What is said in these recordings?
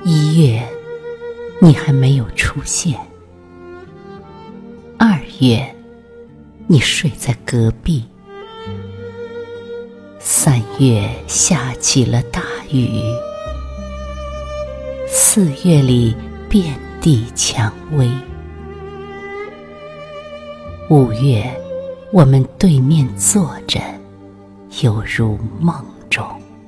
1月，你还没有出现。2月，你睡在隔壁。3月下起了大雨。4月里遍地蔷薇。5月，我们对面坐着，犹如梦中。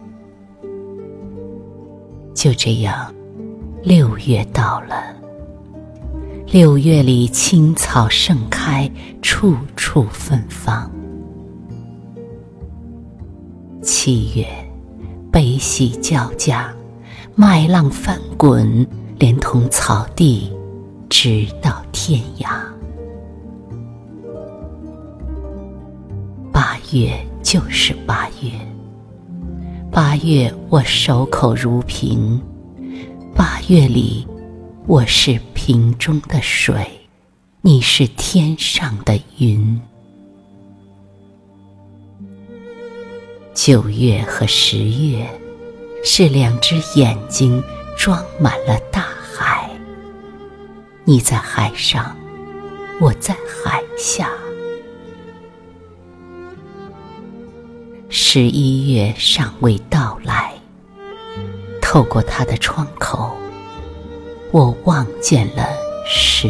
就这样，6月到了。6月里青草盛开，处处芬芳。7月，悲喜交加，麦浪翻滚，连同草地，直到天涯。8月就是8月，8月我守口如瓶，8月里我是瓶中的水，你是天上的云。9月和10月是2只眼睛装满了大海，你在海上，我在海下。11月尚未到来，透过它的窗口，我望见了12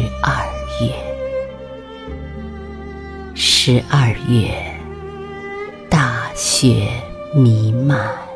月。12月，大雪弥漫。